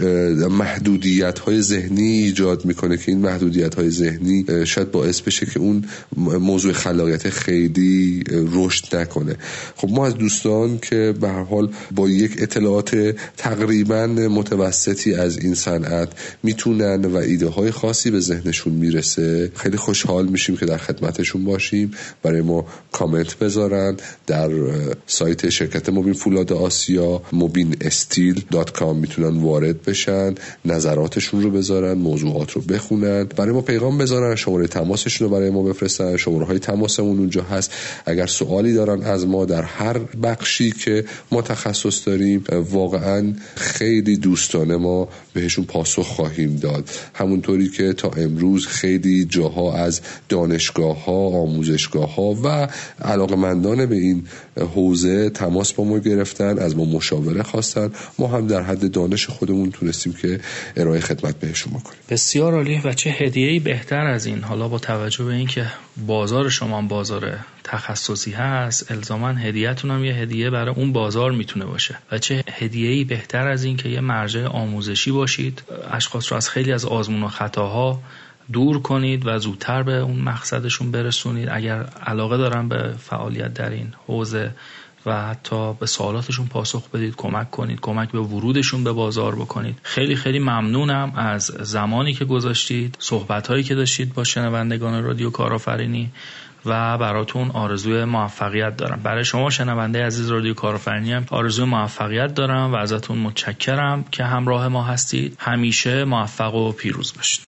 [SPEAKER 3] محدودیت‌های ذهنی ایجاد میکنه که این محدودیت‌های ذهنی شاید باعث بشه که اون موضوع خلاقیت خیلی رشد نکنه. خب ما از دوستان که به هر حال با یک اطلاعات تقریبا متوسطی از این صنعت میتونن و ایده های خاصی به ذهنشون میرسه، خیلی خوشحال میشیم که در خدمتشون باشیم. برای ما کامنت بذارن در سایت شرکت موبین فولاد آسیا mobinesteel.com میتونن وارد بشن، نظراتشون رو بذارن، موضوعات رو بخونن، برای ما پیغام بذارن، شماره تماسشون رو برای ما بفرستن. شماره های تماسمون اونجا هست. اگر سوالی دارن از ما در هر بخشی که ما تخصص داریم، واقعا خیلی دوستانه ما بهشون پاسخ خواهیم داد. همونطوری که تا امروز خیلی جاها از دانشگاه‌ها، آموزشگاه‌ها و علاقه‌مندان به این حوزه تماس با ما گرفتن، از ما مشاوره خواستن، ما هم در حد دانش خودمون تونستیم که ارائه خدمت بهشون بکنیم.
[SPEAKER 1] بسیار عالی. و چه هدیه‌ای بهتر از این، حالا با توجه به اینکه بازار شما بازار تخصصی هست، الزاما هدیه‌تون هم یه هدیه برای اون بازار میتونه باشه. و چه هدیه‌ای بهتر از این که یه مرجع آموزشی باشید، اشخاص رو از خیلی از آزمون و خطاها دور کنید و زودتر به اون مقصدشون برسونید. اگر علاقه دارن به فعالیت در این حوزه و حتی به سوالاتشون پاسخ بدید، کمک کنید، کمک به ورودشون به بازار بکنید. خیلی خیلی ممنونم از زمانی که گذاشتید، صحبت‌هایی که داشتید با شنوندگان رادیو کارآفرینی، و براتون آرزوی موفقیت دارم. برای شما شنونده عزیز رادیو کارآفرینی هم آرزوی موفقیت دارم و ازتون متشکرم که همراه ما هستید. همیشه موفق و پیروز باشید.